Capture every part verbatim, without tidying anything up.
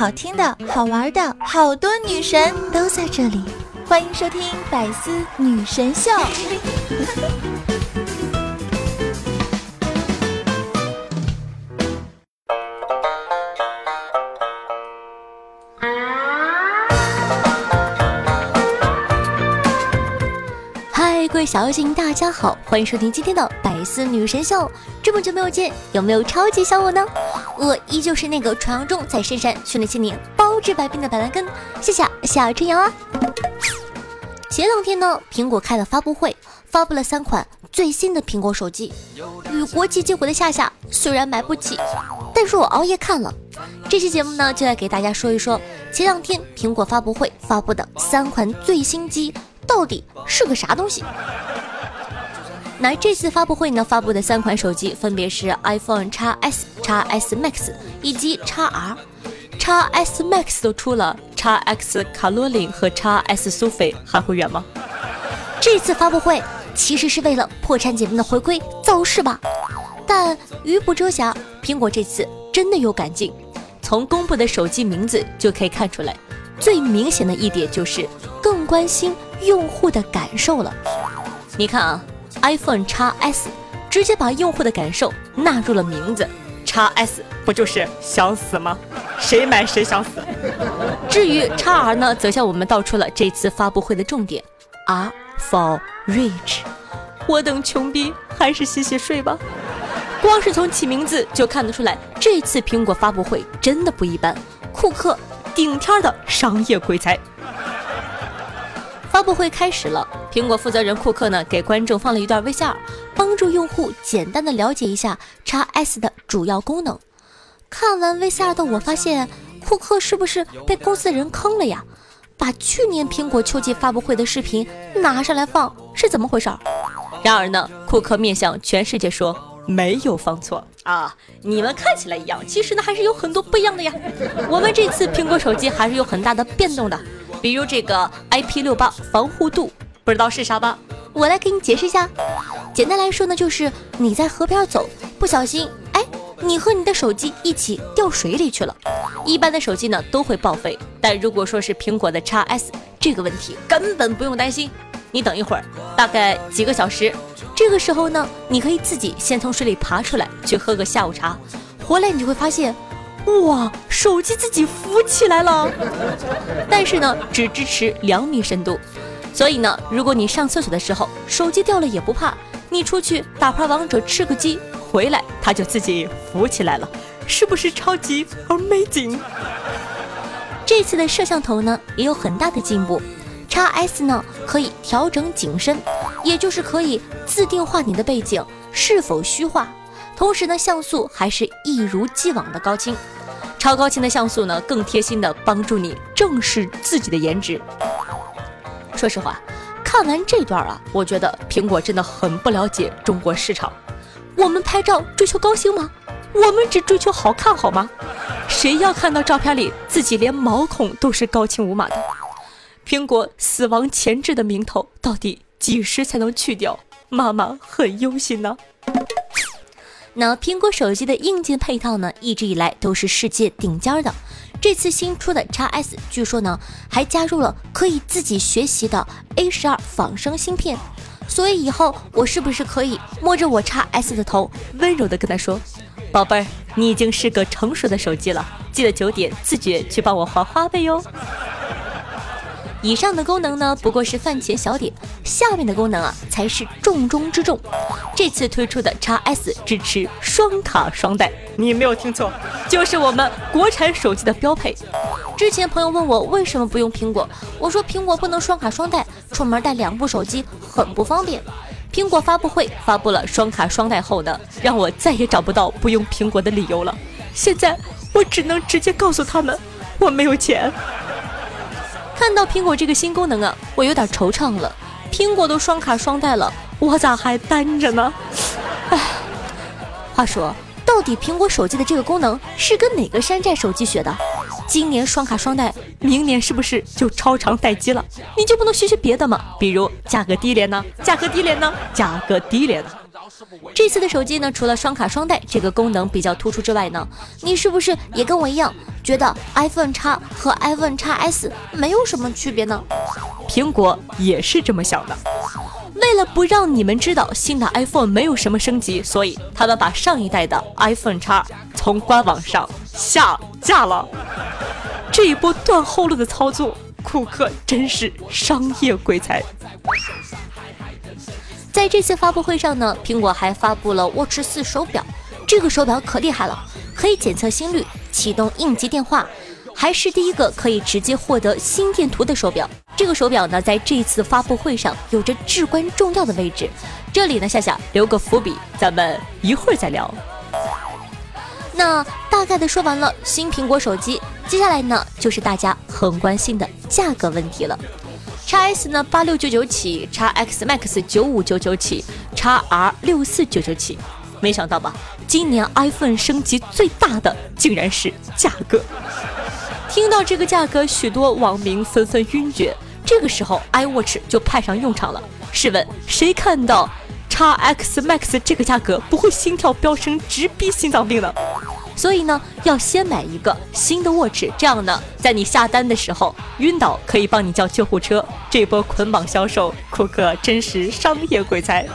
好听的、好玩的，好多女神都在这里，欢迎收听百思女神秀。 各位小妖精大家好，欢迎收听今天的百思女神秀。这么久没有见，有没有超级想我呢？我依旧是那个传说中在深山训练千年包治百病的板蓝根，谢谢夏春瑶啊。前两天呢，苹果开了发布会，发布了三款最新的苹果手机。与国际接轨的夏夏虽然买不起，但是我熬夜看了。这期节目呢，就来给大家说一说前两天苹果发布会发布的三款最新机到底是个啥东西。那这次发布会呢，发布的三款手机分别是 iPhone X S、X S Max 以及 X R。X S Max 都出了， X X 卡罗琳和 X S 苏菲还会远吗？这次发布会其实是为了破产姐妹的回归造势吧，但鱼不遮瑕，苹果这次真的有干劲。从公布的手机名字就可以看出来，最明显的一点就是更关心用户的感受了。你看啊， iPhone X S 直接把用户的感受纳入了名字， X S 不就是想死吗？谁买谁想死。至于 X R 呢，则向我们道出了这次发布会的重点， R for Rich。 我等穷逼还是洗洗睡吧。光是从起名字就看得出来，这次苹果发布会真的不一般，库克顶天的商业鬼才。发布会开始了，苹果负责人库克呢给观众放了一段 V C R， 帮助用户简单的了解一下 X S 的主要功能。看完 V C R 的我发现，库克是不是被公司人坑了呀？把去年苹果秋季发布会的视频拿上来放，是怎么回事？然而呢，库克面向全世界说，没有放错啊，你们看起来一样，其实呢还是有很多不一样的呀。我们这次苹果手机还是有很大的变动的，比如这个 I P 六十八 防护度，不知道是啥吧？我来给你解释一下。简单来说呢，就是你在河边走，不小心，哎，你和你的手机一起掉水里去了。一般的手机呢都会报废，但如果说是苹果的 X S， 这个问题根本不用担心。你等一会儿，大概几个小时，这个时候呢，你可以自己先从水里爬出来，去喝个下午茶，回来你就会发现，哇，手机自己浮起来了。但是呢，只支持两米深度，所以呢，如果你上厕所的时候手机掉了也不怕，你出去打盘王者吃个鸡，回来它就自己浮起来了，是不是超级 amazing？ 这次的摄像头呢也有很大的进步。X S 呢可以调整景深，也就是可以自定化你的背景是否虚化，同时呢像素还是一如既往的高清。超高清的像素呢更贴心的帮助你正视自己的颜值。说实话，看完这段啊，我觉得苹果真的很不了解中国市场。我们拍照追求高清吗？我们只追求好看好吗？谁要看到照片里自己连毛孔都是高清无码的？苹果死亡前置的名头到底几时才能去掉？妈妈很忧心呢。那苹果手机的硬件配套呢，一直以来都是世界顶尖的。这次新出的 X S 据说呢，还加入了可以自己学习的 A 十二 仿生芯片。所以以后我是不是可以摸着我 X S 的头，温柔的跟他说，宝贝儿，你已经是个成熟的手机了，记得九点自觉去帮我画花呗哟。以上的功能呢，不过是饭前小点，下面的功能啊，才是重中之重。这次推出的 X S 支持双卡双待，你没有听错，就是我们国产手机的标配。之前朋友问我为什么不用苹果，我说苹果不能双卡双待，出门带两部手机很不方便。苹果发布会发布了双卡双待后呢，让我再也找不到不用苹果的理由了。现在我只能直接告诉他们，我没有钱。看到苹果这个新功能啊，我有点惆怅了。苹果都双卡双待了，我咋还单着呢？唉，话说，到底苹果手机的这个功能是跟哪个山寨手机学的？今年双卡双待，明年是不是就超长待机了？你就不能学学别的吗？比如价格低廉呢？价格低廉呢？价格低廉呢？ 这次的手机呢，除了双卡双待这个功能比较突出之外呢，你是不是也跟我一样觉得 iPhone X 和 iPhone X S 没有什么区别呢？ 苹果也是这么想的。 为了不让你们知道新的 iPhone 没有什么升级，所以他们把上一代的 iPhone X 从官网上下架了。这一波断后路的操作，库克真是商业鬼才。在这次发布会上呢，苹果还发布了 Watch 四手表，这个手表可厉害了，可以检测心率，启动应急电话，还是第一个可以直接获得心电图的手表。这个手表呢，在这一次发布会上有着至关重要的位置。这里呢，夏夏留个伏笔，咱们一会儿再聊。那大概的说完了新苹果手机，接下来呢，就是大家很关心的价格问题了。X S 呢八六九九起 ，X X Max 九五九九起 ，X R 六四九九起。没想到吧，今年 iPhone 升级最大的竟然是价格。听到这个价格，许多网民纷纷晕厥。这个时候 iWatch 就派上用场了。试问谁看到 X X Max 这个价格不会心跳飙升直逼心脏病呢？所以呢，要先买一个新的 Watch， 这样呢，在你下单的时候晕倒可以帮你叫救护车。这波捆绑销售，库克真是商业鬼才。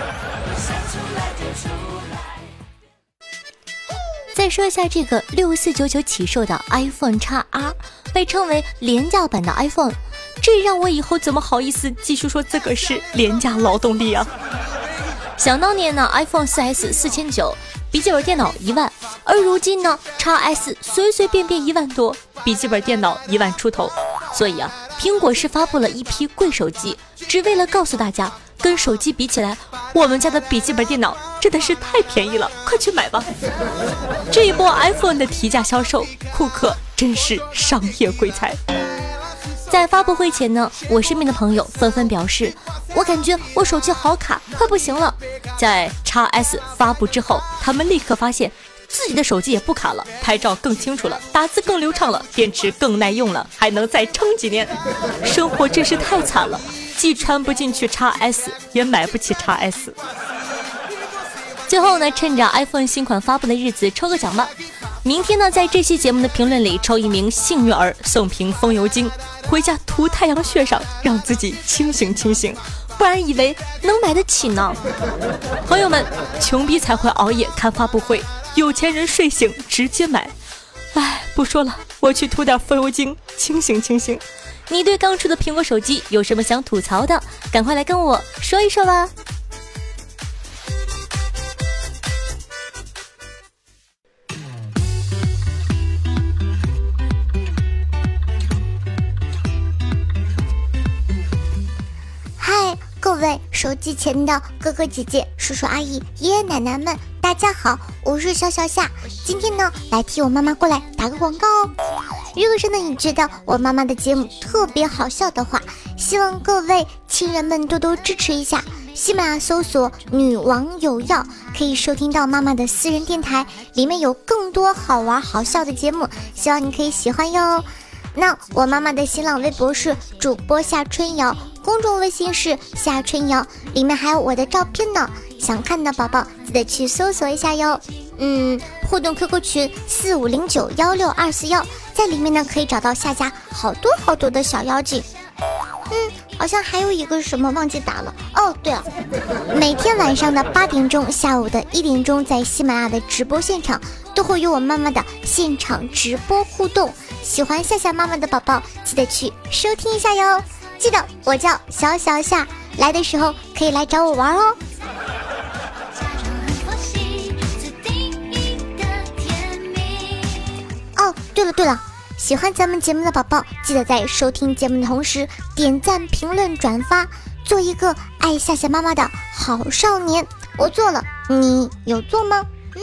再说一下这个六四九九起售的 iPhone X R， 被称为廉价版的 iPhone， 这让我以后怎么好意思继续说自个是廉价劳动力啊？想当年呢 ，iPhone 四 S 四千九，笔记本电脑一万，而如今呢 ，X S 随随便便一万多，笔记本电脑一万出头。所以啊，苹果是发布了一批贵手机，只为了告诉大家，跟手机比起来，我们家的笔记本电脑真的是太便宜了，快去买吧！这一波 iPhone 的提价销售，库克真是商业鬼才。在发布会前呢，我身边的朋友纷纷表示，我感觉我手机好卡，快不行了。在 X S 发布之后，他们立刻发现自己的手机也不卡了，拍照更清楚了，打字更流畅了，电池更耐用了，还能再撑几年。生活真是太惨了，既穿不进去 X S， 也买不起 X S。 最后呢，趁着 iPhone 新款发布的日子抽个奖吧。明天呢，在这期节目的评论里抽一名幸运儿，送瓶风油精，回家涂太阳穴上，让自己清醒清醒，不然以为能买得起呢。朋友们，穷逼才会熬夜看发布会，有钱人睡醒直接买。哎，不说了，我去涂点风油精，清醒清醒。你对刚出的苹果手机有什么想吐槽的？赶快来跟我说一说吧。 各位手机前的哥哥姐姐、叔叔阿姨、爷爷奶奶们，大家好，我是小小夏。今天呢，来替我妈妈过来打个广告哦。如果说呢，你觉得我妈妈的节目特别好笑的话，希望各位亲人们多多支持一下。喜马拉雅搜索“女王有药”，可以收听到妈妈的私人电台，里面有更多好玩好笑的节目，希望你可以喜欢哟。那我妈妈的新浪微博是主播夏春瑶，公众微信是夏春瑶，里面还有我的照片呢，想看的宝宝记得去搜索一下哟。嗯，互动 Q Q 群四五零九幺六二四幺，在里面呢可以找到夏家好多好多的小妖精。嗯，好像还有一个什么忘记打了哦。对了，每天晚上的八点钟，下午的一点钟，在喜马拉雅的直播现场都会有我妈妈的现场直播互动。喜欢夏夏妈妈的宝宝，记得去收听一下哟。记得我叫小小夏，来的时候可以来找我玩哦。哦，对了对了，喜欢咱们节目的宝宝，记得在收听节目的同时点赞、评论、转发，做一个爱夏夏妈妈的好少年。我做了，你有做吗？嗯。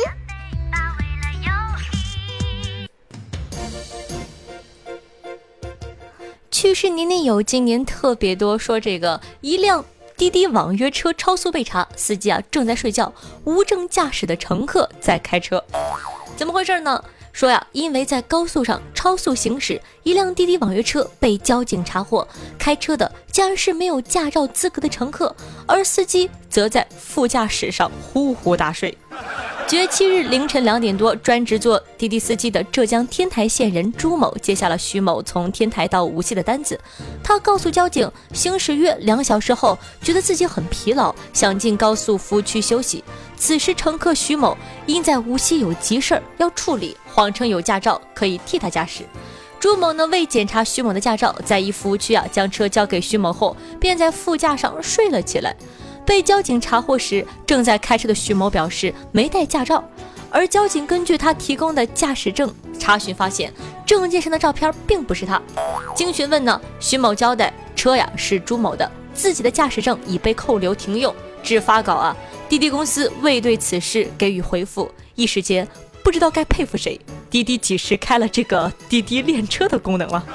趣事年年有，今年特别多，说这个一辆滴滴网约车超速被查，司机啊正在睡觉，无证驾驶的乘客在开车。怎么回事呢？ 说呀，因为在高速上超速行驶，一辆滴滴网约车被交警查获，开车的竟然是没有驾照资格的乘客，而司机则在副驾驶上呼呼大睡。九月七日凌晨两点多，专职做滴滴司机的浙江天台县人朱某接下了徐某从天台到无锡的单子。他告诉交警，行驶约两小时后，觉得自己很疲劳，想进高速服务区休息。此时乘客徐某因在无锡有急事儿要处理，谎称有驾照可以替他驾驶。朱某呢为检查徐某的驾照，在一服务区啊将车交给徐某后，便在副驾上睡了起来。被交警查获时，正在开车的徐某表示没带驾照，而交警根据他提供的驾驶证查询发现，证件上的照片并不是他。经询问呢，徐某交代车呀是朱某的，自己的驾驶证已被扣留停用。至发稿啊，滴滴公司未对此事给予回复，一时间不知道该佩服谁。滴滴几时开了这个滴滴练车的功能了？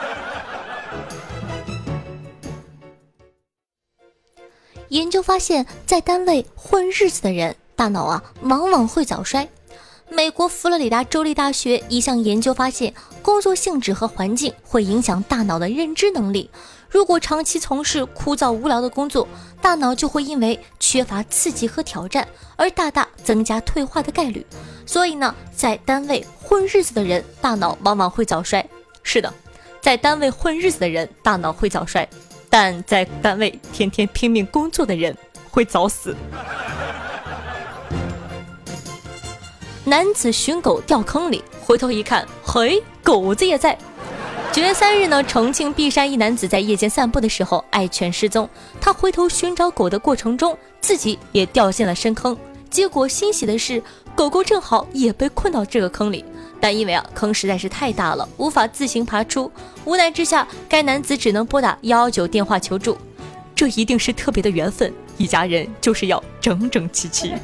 研究发现，在单位混日子的人，大脑啊往往会早衰。美国佛罗里达州立大学一项研究发现，工作性质和环境会影响大脑的认知能力。如果长期从事枯燥无聊的工作，大脑就会因为缺乏刺激和挑战而大大增加退化的概率。所以呢，在单位混日子的人，大脑往往会早衰。是的，在单位混日子的人，大脑会早衰。但在单位天天拼命工作的人会早死。男子寻狗掉坑里，回头一看，嘿，狗子也在。九月三日呢，重庆璧山一男子在夜间散步的时候爱犬失踪，他回头寻找狗的过程中，自己也掉进了深坑。结果欣喜的是，狗狗正好也被困到这个坑里，但因为啊坑实在是太大了，无法自行爬出。无奈之下，该男子只能拨打一一九电话求助。这一定是特别的缘分，一家人就是要整整齐齐。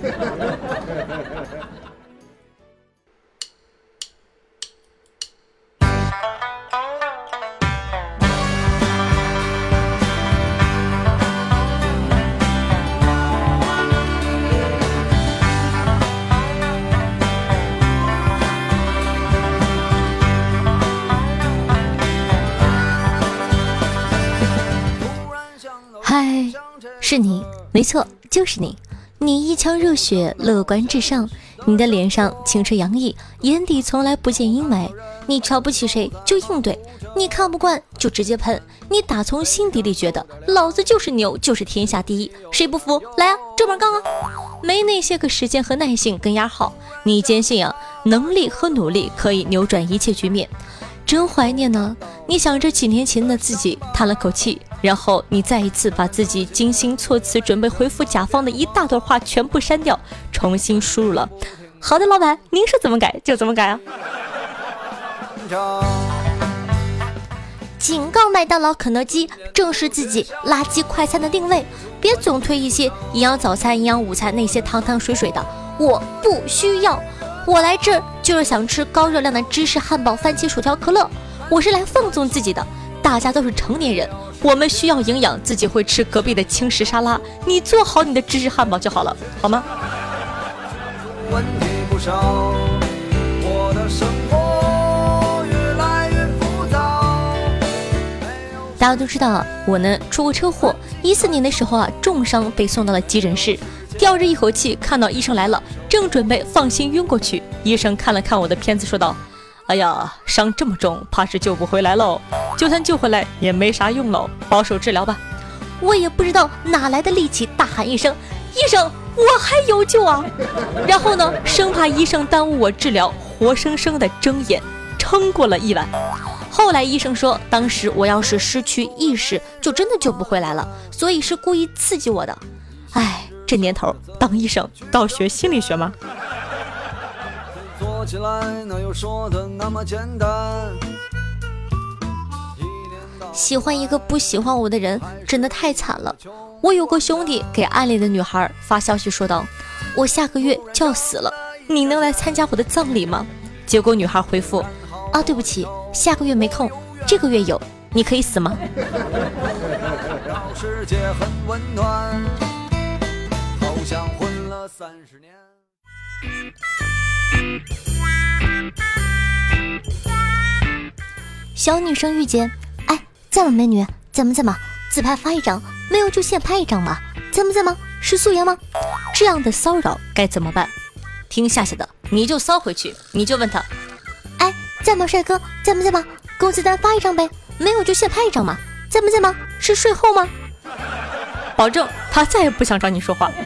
嗨，是你，没错，就是你。你一腔热血，乐观至上，你的脸上青春洋溢，眼底从来不见阴霾。你瞧不起谁就应对，你看不惯就直接喷，你打从心底里觉得老子就是牛，就是天下第一，谁不服来啊，这门杠啊！没那些个时间和耐性跟压耗，你坚信啊，能力和努力可以扭转一切局面。真怀念呢！你想着几年前的自己，叹了口气，然后你再一次把自己精心措辞准备回复甲方的一大段话全部删掉，重新输入了。好的，老板，您说怎么改就怎么改啊！警告麦当劳、肯德基，正视自己垃圾快餐的定位，别总推一些营养早餐、营养午餐那些汤汤水水的，我不需要。我来这儿就是想吃高热量的芝士汉堡、番茄薯条、可乐，我是来放纵自己的。大家都是成年人，我们需要营养，自己会吃隔壁的轻食沙拉，你做好你的芝士汉堡就好了，好吗？问题不少，我的生活越来越浮躁。大家都知道啊，我呢出过车祸，一四年的时候啊重伤被送到了急诊室，吊着一口气看到医生来了，正准备放心晕过去，医生看了看我的片子说道，哎呀，伤这么重，怕是救不回来喽，就算救回来也没啥用喽，保守治疗吧。我也不知道哪来的力气，大喊一声，医生，我还有救啊！然后呢，生怕医生耽误我治疗，活生生的睁眼撑过了一晚。后来医生说，当时我要是失去意识，就真的救不回来了，所以是故意刺激我的。哎，这年头当医生倒学心理学吗？做起来哪有说的那么简单？喜欢一个不喜欢我的人真的太惨了。我有个兄弟给暗恋的女孩发消息说道，我下个月就要死了，你能来参加我的葬礼吗？结果女孩回复，啊，对不起，下个月没空，这个月有，你可以死吗？世界很温暖，好像混了三十年。 小女生遇见，哎，怎么美女，怎么怎么，自拍发一张，没有就现拍一张嘛，怎么怎么，是素颜吗？这样的骚扰该怎么办？听夏夏的，你就骚回去，你就问他，哎，怎么帅哥，怎么怎么，工资单发一张呗，没有就现拍一张嘛，怎么怎么，是税后吗？ 保证他再也不想找你说话。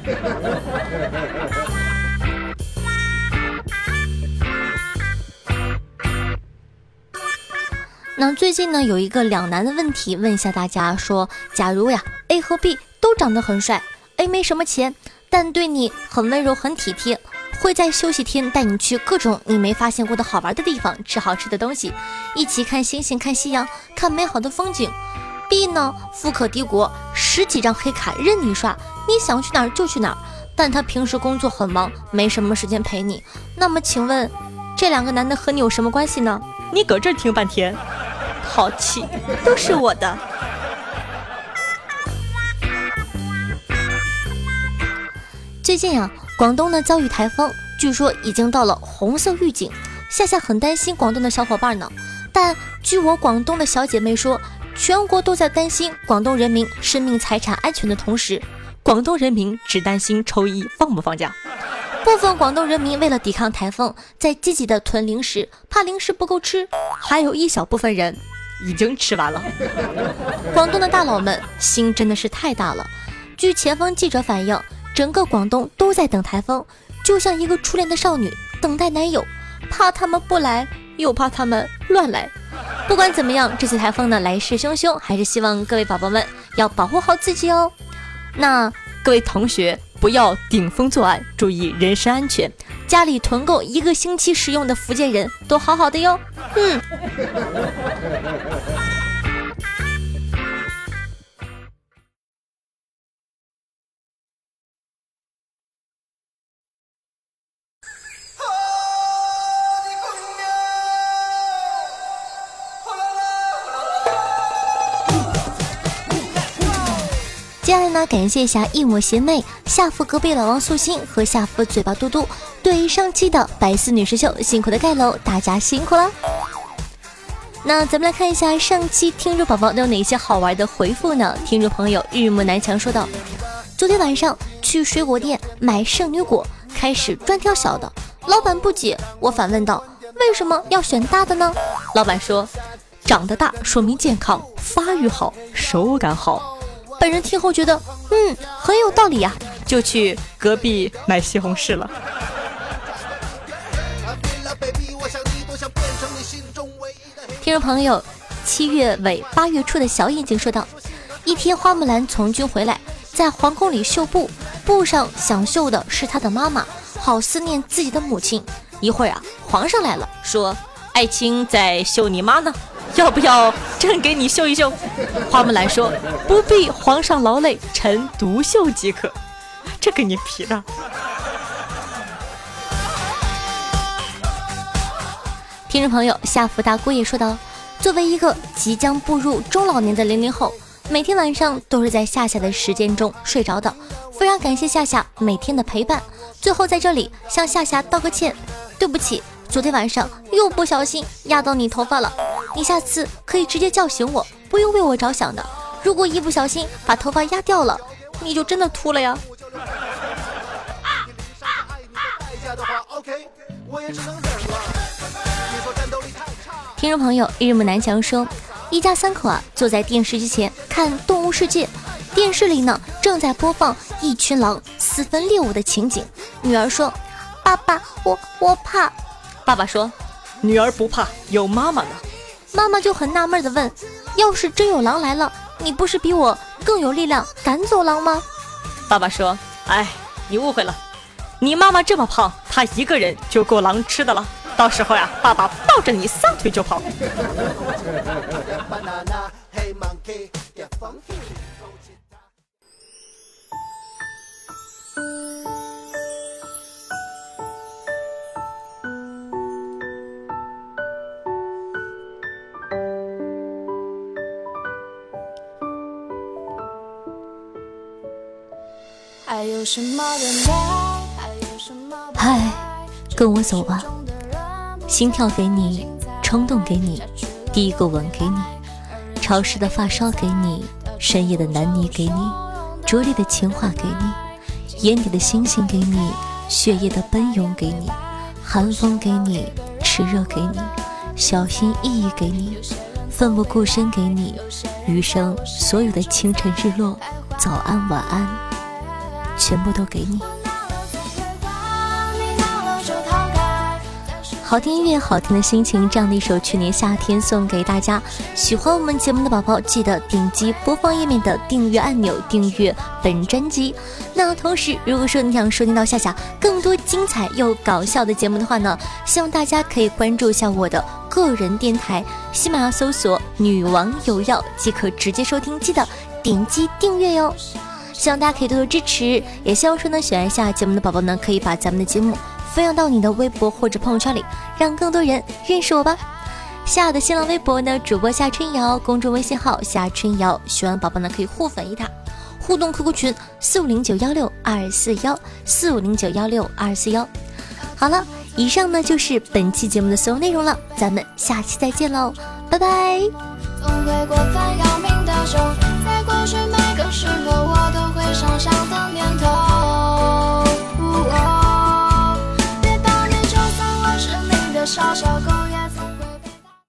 那最近呢，有一个两难的问题，问一下大家说，假如呀 A 和 B 都长得很帅， A 没什么钱，但对你很温柔很体贴，会在休息天带你去各种你没发现过的好玩的地方，吃好吃的东西，一起看星星看夕阳，看美好的风景。 B 呢，富可敌国，十几张黑卡任你刷，你想去哪儿就去哪儿，但他平时工作很忙，没什么时间陪你。那么请问这两个男的和你有什么关系呢？ 你搁这儿听半天， 好气，都是我的。最近啊，广东呢遭遇台风，据说已经到了红色预警。夏夏很担心广东的小伙伴呢，但据我广东的小姐妹说，全国都在担心广东人民生命财产安全的同时， 广东人民只担心周一放不放假。 部分广东人民为了抵抗台风，在积极的囤零食，怕零食不够吃， 还有一小部分人已经吃完了。 广东的大佬们心真的是太大了。据前方记者反映，整个广东都在等台风，就像一个初恋的少女等待男友，怕他们不来，又怕他们乱来。不管怎么样，这次台风呢来势汹汹，还是希望各位宝宝们要保护好自己哦。那各位同学不要顶风作案，注意人身安全。 家里囤够一个星期使用的福建人都好好的哟。嗯。接下来呢，感谢一下一抹邪魅、夏服隔壁老王素心和夏服嘴巴嘟嘟对上期的百思女神秀辛苦的盖楼，大家辛苦了。那咱们来看一下上期听众宝宝都有哪些好玩的回复呢？听众朋友日暮南墙说道，昨天晚上去水果店买圣女果，开始专挑小的，老板不解，我反问道，为什么要选大的呢？老板说，长得大说明健康，发育好，手感好。本人听后觉得，嗯，很有道理呀、啊， 就去隔壁买西红柿了。 听众朋友，七月尾八月初的小眼睛说道，一天花木兰从军回来，在皇宫里绣布，布上想绣的是她的妈妈，好思念自己的母亲。一会儿啊，皇上来了，说，爱卿在绣你妈呢，要不要朕给你绣一绣？花木兰说，不必，皇上劳累，臣独绣即可。 这给你皮的。 听众朋友夏福大姑也说道，作为一个即将步入中老年的零零后，每天晚上都是在夏夏的时间中睡着的，非常感谢夏夏每天的陪伴。最后在这里向夏夏道个歉，对不起，昨天晚上又不小心压到你头发了，你下次可以直接叫醒我，不用为我着想的。如果一不小心把头发压掉了，你就真的秃了呀。听众朋友日暮南墙说，一家三口啊坐在电视机前看《动物世界》，电视里呢正在播放一群狼私分猎物的情景。女儿说，爸爸，我我怕。爸爸说， 女儿不怕，有妈妈呢。 妈妈就很纳闷的问，要是真有狼来了，你不是比我更有力量赶走狼吗？ 爸爸说，哎，你误会了，你妈妈这么胖，她一个人就够狼吃的了，到时候呀，爸爸抱着你撒腿就跑。 嗨，跟我走吧，心跳给你，冲动给你， 第一个吻给你，潮湿的发梢给你，深夜的南泥给你，拙劣的情话给你，眼底的星星给你，血液的奔涌给你，寒风给你，炽热给你，小心翼翼给你，奋不顾身给你，余生所有的清晨日落，早安晚安，全部都给你。好听音乐，好听的心情，这样的一首去年夏天送给大家。喜欢我们节目的宝宝，记得点击播放页面的订阅按钮，订阅本专辑。那同时，如果说你想收听到夏夏更多精彩又搞笑的节目的话呢，希望大家可以关注一下我的个人电台，喜马拉雅搜索女王有药即可直接收听，记得点击订阅哟。希望大家可以多多支持，也希望说呢，喜欢下节目的宝宝呢，可以把咱们的节目分享到你的微博或者朋友圈里，让更多人认识我吧。夏的新浪微博呢，主播夏春瑶，公众微信号夏春瑶，喜欢宝宝呢可以互粉一塔，互动 Q Q 群四五零九幺六二四幺四五零九幺六二四幺。好了，以上呢就是本期节目的所有内容了，咱们下期再见喽，拜拜。总会过分要命的手，在过去每个时候我都会上想的念头。小小狗也曾会被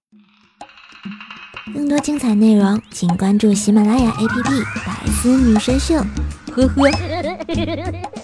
更多精彩内容请关注喜马拉雅 A P P 百思女神秀，呵呵。